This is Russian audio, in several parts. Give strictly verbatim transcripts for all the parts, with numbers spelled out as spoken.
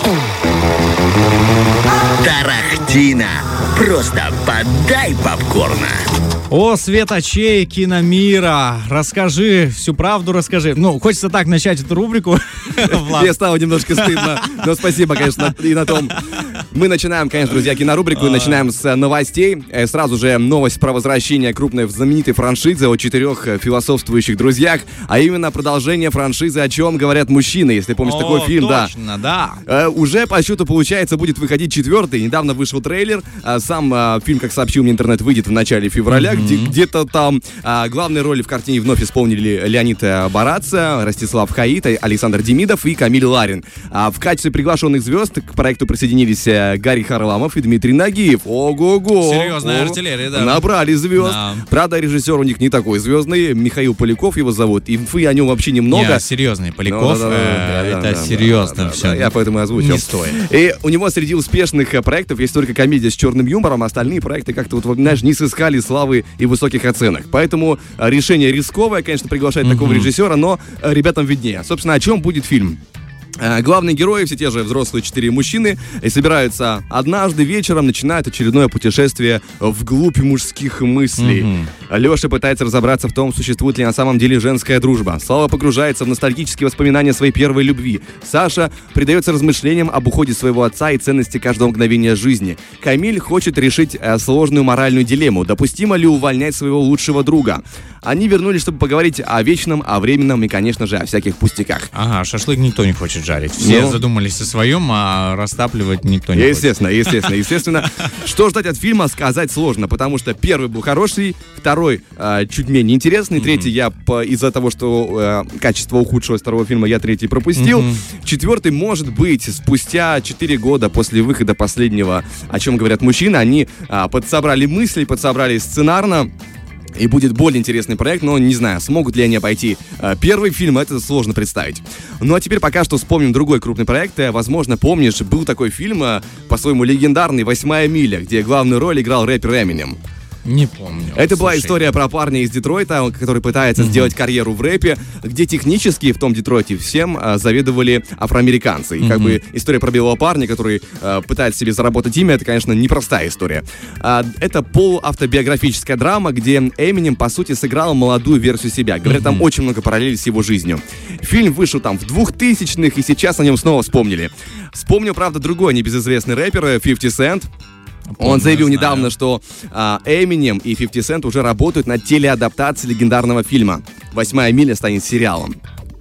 Тарахтина. Просто подай попкорна. О, светочей киномира, расскажи, всю правду расскажи. Ну, хочется так начать эту рубрику. Мне стало немножко стыдно, но спасибо, конечно, и на том. Мы начинаем, конечно, друзья, кинорубрику, и начинаем с новостей. Сразу же новость про возвращение крупной знаменитой франшизы о четырех философствующих друзьях, а именно продолжение франшизы «О чем говорят мужчины», если помнишь О, такой фильм, точно, да. да. Уже по счету, получается, будет выходить четвертый. Недавно вышел трейлер. Сам фильм, как сообщил мне интернет, выйдет в начале февраля. Где, где-то там а, главные роли в картине вновь исполнили Леонид Бараца, Ростислав Хаит, Александр Демидов и Камиль Ларин. А в качестве приглашенных звезд к проекту присоединились Гарри Харламов и Дмитрий Нагиев. Ого-го! Серьезная артиллерия, да. Набрали звезд. Да. Правда, режиссер у них не такой звездный. Михаил Поляков его зовут. Инфы о нем вообще немного. Не, серьезный Поляков. Ну, да, да, э, да, да, это да, серьезно да, да, все. да, я поэтому и озвучил. Не стоит. И у него среди успешных проектов есть только комедия с черным юмором. Остальные проекты как-то, вот, знаешь, не сыскали славы и высоких оценок. Поэтому решение рисковое, конечно, приглашать mm-hmm. такого режиссера, но ребятам виднее. Собственно, о чем будет фильм? Главные герои, все те же взрослые четыре мужчины, и собираются однажды вечером, начинают очередное путешествие вглубь мужских мыслей. Mm-hmm. Леша пытается разобраться в том, существует ли на самом деле женская дружба. Слава погружается в ностальгические воспоминания своей первой любви. Саша предается размышлениям об уходе своего отца и ценности каждого мгновения жизни. Камиль хочет решить сложную моральную дилемму. Допустимо ли увольнять своего лучшего друга? Они вернулись, чтобы поговорить о вечном, о временном и, конечно же, о всяких пустяках. Ага, шашлык никто не хочет жарить. Все ну, задумались о своем, а растапливать никто не естественно, хочет. Естественно, естественно, естественно. Что ждать от фильма, сказать сложно, потому что первый был хороший, второй э, чуть менее интересный, mm-hmm. третий я по, из-за того, что э, качество ухудшилось второго фильма, я третий пропустил. Mm-hmm. Четвертый, может быть, спустя четыре года после выхода последнего, о чем говорят мужчины, они э, подсобрали мысли, подсобрали сценарно. И будет более интересный проект, но не знаю, смогут ли они обойти э, первый фильм, это сложно представить. Ну а теперь пока что вспомним другой крупный проект. Возможно, помнишь, был такой фильм, э, по-своему легендарный «Восьмая миля», где главную роль играл рэпер Эминем. Не помню. Это слушай. была история про парня из Детройта, который пытается mm-hmm. сделать карьеру в рэпе, где технически в том Детройте всем а, заведовали афроамериканцы. И mm-hmm. как бы история про белого парня, который а, пытается себе заработать имя, это, конечно, непростая история. А, это полуавтобиографическая драма, где Эминем, по сути, сыграл молодую версию себя. Говорят, mm-hmm. там очень много параллелей с его жизнью. Фильм вышел там в двухтысячных, и сейчас о нем снова вспомнили. Вспомнил, правда, другой небезызвестный рэпер, фифти Cent. Он Помню, заявил знаю. недавно, что Эминем и фифти Cent уже работают над телеадаптацией легендарного фильма. «Восьмая миля» станет сериалом.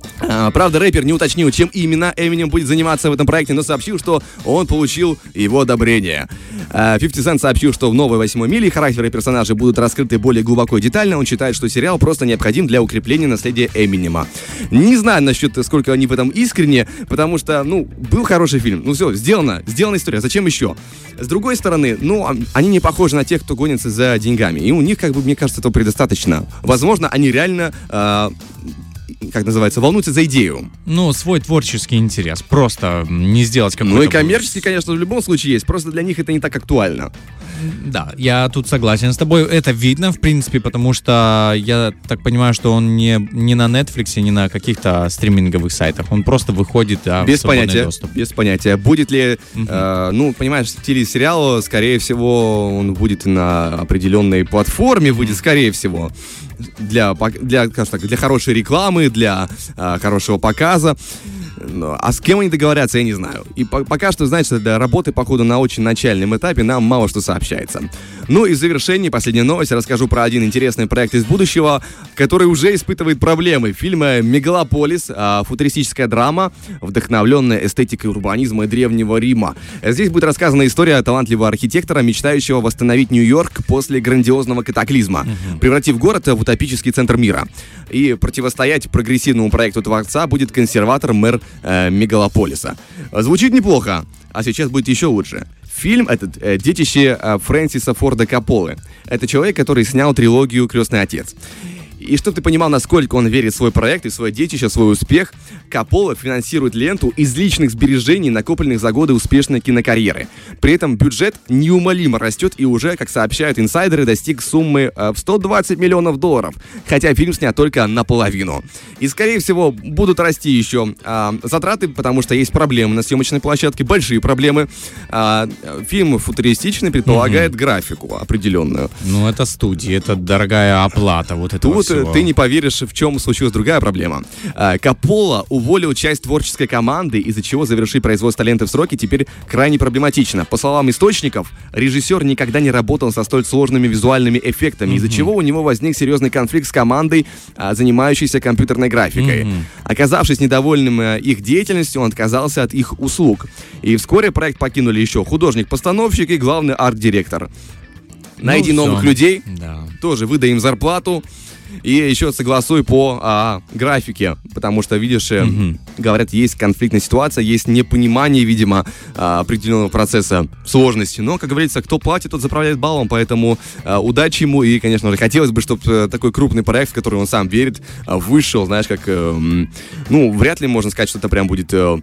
А, правда, рэпер не уточнил, чем именно Эминем будет заниматься в этом проекте, но сообщил, что он получил его одобрение. А, фифти Cent сообщил, что в новой «Восьмой миле» характеры персонажей будут раскрыты более глубоко и детально. Он считает, что сериал просто необходим для укрепления наследия Эминема. Не знаю насчет, сколько они в этом искренне, потому что, ну, был хороший фильм. Ну все, сделано, сделана история. Зачем еще? С другой стороны, ну, они не похожи на тех, кто гонится за деньгами. И у них, как бы, мне кажется, этого предостаточно. Возможно, они реально... Э- как называется, волнуются за идею. Ну, свой творческий интерес. Просто не сделать какой-то... Ну и коммерческий, конечно, в любом случае есть. Просто для них это не так актуально. Да, я тут согласен с тобой. Это видно, в принципе, потому что я так понимаю, что он не, не на Netflix, не на каких-то стриминговых сайтах. Он просто выходит да, без в свободный понятия, доступ. Без понятия. Будет ли, uh-huh. э, ну, понимаешь, телесериал, скорее всего, он будет на определенной платформе, выйдет, uh-huh. скорее всего. Для, для, скажем так, для хорошей рекламы, для э, хорошего показа. А с кем они договорятся, я не знаю. И по- пока что, знаете, для работы, походу, на очень начальном этапе нам мало что сообщается. Ну и в завершении, последняя новость, расскажу про один интересный проект из будущего, который уже испытывает проблемы. Фильм «Мегалополис», футуристическая драма, вдохновленная эстетикой урбанизма и Древнего Рима. Здесь будет рассказана история талантливого архитектора, мечтающего восстановить Нью-Йорк после грандиозного катаклизма, uh-huh. превратив город в утопический центр мира. И противостоять прогрессивному проекту творца будет консерватор, мэр э, Мегалополиса. Звучит неплохо, а сейчас будет еще лучше. Фильм этот э, детище э, Фрэнсиса Форда Копполы. Это человек, который снял трилогию «Крестный отец». И И чтобы ты понимал, насколько он верит в свой проект и в свое детище, в свой успех, Коппола финансирует ленту из личных сбережений, накопленных за годы успешной кинокарьеры. При этом бюджет неумолимо растет и уже, как сообщают инсайдеры, достиг суммы э, в сто двадцать миллионов долларов, хотя фильм снят только наполовину. И, скорее всего, будут расти еще э, затраты, потому что есть проблемы на съемочной площадке, большие проблемы. Э, фильм футуристичный, предполагает mm-hmm. графику определенную. Ну, это студия, это дорогая оплата вот этого Тут всего. Ты не поверишь, в чем случилась другая проблема. Э, Коппола уволил часть творческой команды, из-за чего завершить производство ленты в сроки теперь крайне проблематично. По словам источников, режиссер никогда не работал со столь сложными визуальными эффектами, mm-hmm. из-за чего у него возник серьезный конфликт с командой, а, занимающейся компьютерной графикой. Mm-hmm. Оказавшись недовольным а, их деятельностью, он отказался от их услуг. И вскоре проект покинули еще художник-постановщик и главный арт-директор. Найди ну, новых все. людей, да. тоже выдай им зарплату. И еще согласуй по а, графике, потому что, видишь, mm-hmm. говорят, есть конфликтная ситуация, есть непонимание, видимо, а, определенного процесса сложности. Но, как говорится, кто платит, тот заправляет баллом, поэтому а, удачи ему. И, конечно же, хотелось бы, чтобы а, такой крупный проект, в который он сам верит, а, вышел, знаешь, как... А, ну, вряд ли можно сказать, что это прям будет, а,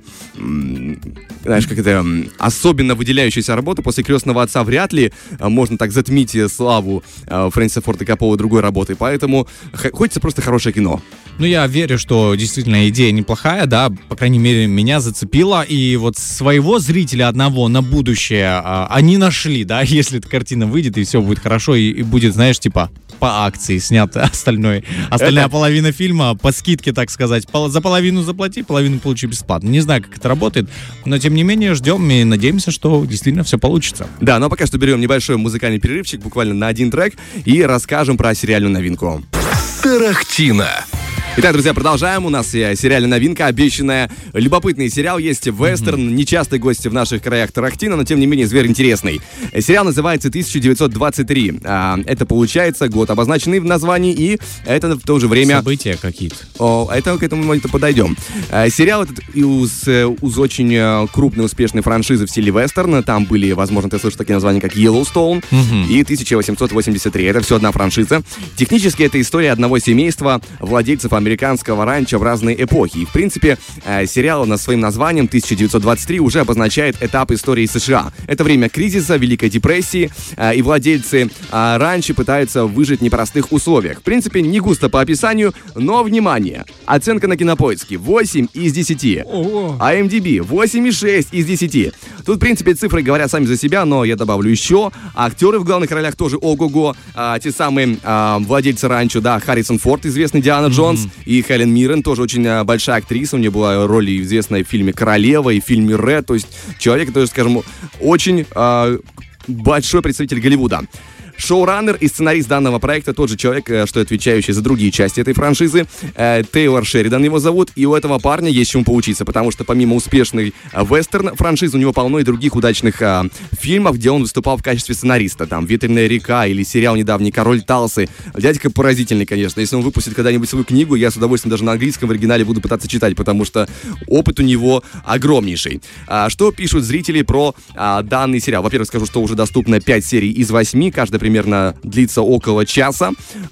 знаешь, как это, особенно выделяющаяся работа. После «Крестного отца» вряд ли а, можно так затмить славу а, Фрэнсиса Форда Копполы другой работой. Поэтому хочется просто хорошее кино. Ну, я верю, что действительно идея неплохая, да, по крайней мере, меня зацепила, и вот своего зрителя одного на будущее а, они нашли, да, если эта картина выйдет, и все будет хорошо, и, и будет, знаешь, типа, по акции снят остальной, остальная это... половина фильма, по скидке, так сказать, пол, за половину заплати, половину получи бесплатно. Не знаю, как это работает, но, тем не менее, ждем и надеемся, что действительно все получится. Да, но пока что берем небольшой музыкальный перерывчик, буквально на один трек, и расскажем про сериальную новинку. Тарахтина. Итак, друзья, продолжаем. У нас сериальная новинка, обещанная. Любопытный сериал, есть вестерн, mm-hmm. нечастый гость в наших краях Тарахтина, но тем не менее зверь интересный. Сериал называется тысяча девятьсот двадцать три. А, это получается год, обозначенный в названии, и это в то же время... События какие-то. О, это к этому моменту подойдем. А, сериал этот из, из очень крупной, успешной франшизы в стиле вестерн. Там были, возможно, ты слышишь такие названия, как Yellowstone mm-hmm. и тысяча восемьсот восемьдесят три. Это все одна франшиза. Технически это история одного семейства, владельцев американского ранчо в разные эпохи. И, в принципе, э, сериал над своим названием тысяча девятьсот двадцать три уже обозначает этап истории США. Это время кризиса, Великой депрессии, э, и владельцы э, ранчо пытаются выжить в непростых условиях. В принципе, не густо по описанию, но, внимание, оценка на Кинопоиске восемь из десяти. ай эм ди би восемь и шесть из десяти. Тут, в принципе, цифры говорят сами за себя, но я добавлю еще. Актеры в главных ролях тоже ого-го. А, те самые а, владельцы ранчо, да, Харрисон Форд, известный Диана Джонс, mm-hmm. и Хелен Миррен, тоже очень а, большая актриса. У нее была роль известная в фильме «Королева» и в фильме «Рэд». То есть человек, который, скажем, очень а, большой представитель Голливуда. Шоураннер и сценарист данного проекта тот же человек, что отвечающий за другие части этой франшизы. Э, Тейлор Шеридан его зовут, и у этого парня есть чему поучиться, потому что помимо успешной э, вестерн-франшизы у него полно и других удачных э, фильмов, где он выступал в качестве сценариста. Там «Ветреная река» или сериал недавний «Король Талсы». Дядька поразительный, конечно. Если он выпустит когда-нибудь свою книгу, я с удовольствием даже на английском в оригинале буду пытаться читать, потому что опыт у него огромнейший. А, что пишут зрители про а, данный сериал? Во-первых, скажу, что уже доступно пять серий из восьми, каждая примерно длится около часа.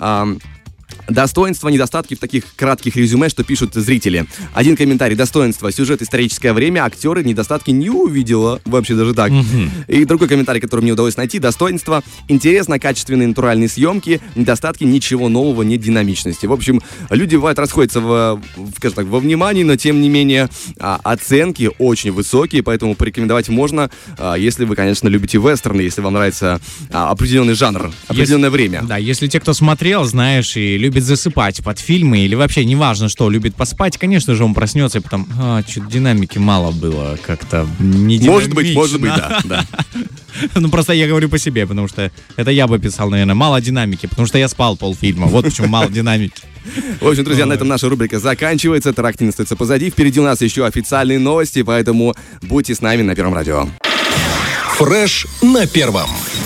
Достоинства, недостатки в таких кратких резюме, что пишут зрители. Один комментарий: достоинства: сюжет, историческое время, актеры, недостатки не увидела, вообще даже так. Mm-hmm. И другой комментарий, который мне удалось найти: достоинства: интересно, качественные натуральные съемки, недостатки: ничего нового, нет динамичности. В общем, люди бывают расходятся в, в, скажем так, во внимании, но тем не менее а, оценки очень высокие, поэтому порекомендовать можно, а, если вы, конечно, любите вестерны, если вам нравится а, определенный жанр, определенное если, время. Да, если те, кто смотрел, знаешь, и любит засыпать под фильмы или вообще неважно что, любит поспать, конечно же, он проснется и потом, а, что-то динамики мало было, как-то не динамично. Может быть, может быть, да, да. Ну, просто я говорю по себе, потому что это я бы писал, наверное, мало динамики, потому что я спал полфильма, вот почему мало динамики. В общем, друзья, на этом наша рубрика заканчивается, Тарахтин остается позади, впереди у нас еще официальные новости, поэтому будьте с нами на Первом радио. Фреш на Первом.